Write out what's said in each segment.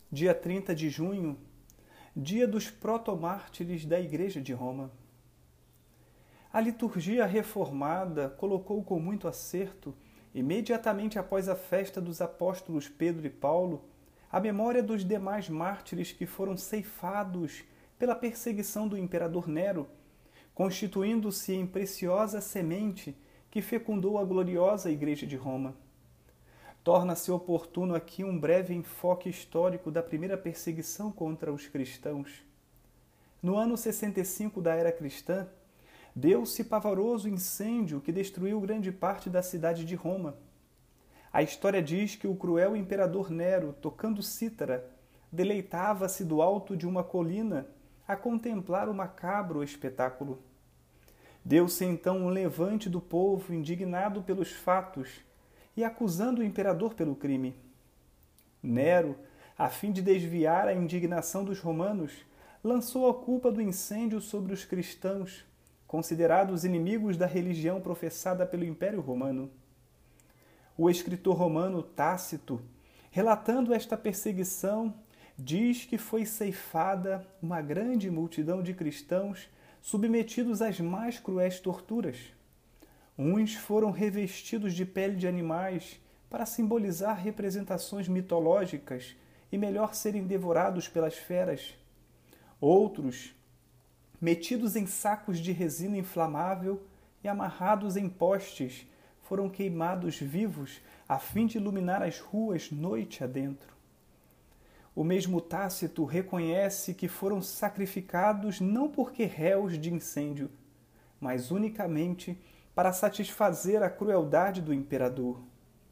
Dia 30 de junho, dia dos protomártires da Igreja de Roma. A liturgia reformada colocou com muito acerto, imediatamente após a festa dos apóstolos Pedro e Paulo, a memória dos demais mártires que foram ceifados pela perseguição do imperador Nero, constituindo-se em preciosa semente que fecundou a gloriosa Igreja de Roma. Torna-se oportuno aqui um breve enfoque histórico da primeira perseguição contra os cristãos. No ano 65 da era cristã, deu-se pavoroso incêndio que destruiu grande parte da cidade de Roma. A história diz que o cruel imperador Nero, tocando cítara, deleitava-se do alto de uma colina a contemplar o macabro espetáculo. Deu-se então um levante do povo indignado pelos fatos e acusando o imperador pelo crime. Nero, a fim de desviar a indignação dos romanos, lançou a culpa do incêndio sobre os cristãos, considerados inimigos da religião professada pelo Império Romano. O escritor romano Tácito, relatando esta perseguição, diz que foi ceifada uma grande multidão de cristãos submetidos às mais cruéis torturas. Uns foram revestidos de pele de animais para simbolizar representações mitológicas e melhor serem devorados pelas feras. Outros, metidos em sacos de resina inflamável e amarrados em postes, foram queimados vivos a fim de iluminar as ruas noite adentro. O mesmo Tácito reconhece que foram sacrificados não porque réus de incêndio, mas unicamente para satisfazer a crueldade do imperador.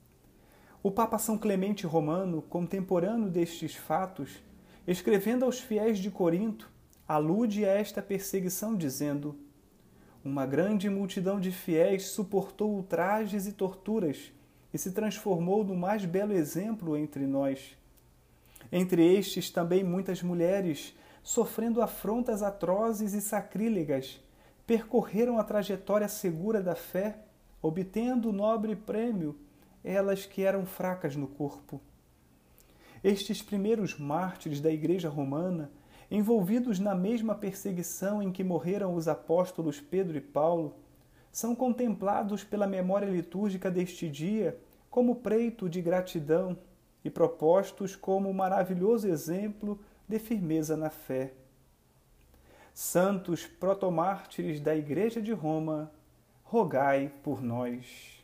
O Papa São Clemente Romano, contemporâneo destes fatos, escrevendo aos fiéis de Corinto, alude a esta perseguição dizendo: uma grande multidão de fiéis suportou ultrajes e torturas e se transformou no mais belo exemplo entre nós. Entre estes também muitas mulheres, sofrendo afrontas atrozes e sacrílegas, percorreram a trajetória segura da fé, obtendo o nobre prêmio, elas que eram fracas no corpo. Estes primeiros mártires da Igreja Romana, envolvidos na mesma perseguição em que morreram os apóstolos Pedro e Paulo, são contemplados pela memória litúrgica deste dia como preito de gratidão e propostos como um maravilhoso exemplo de firmeza na fé. Santos protomártires da Igreja de Roma, rogai por nós.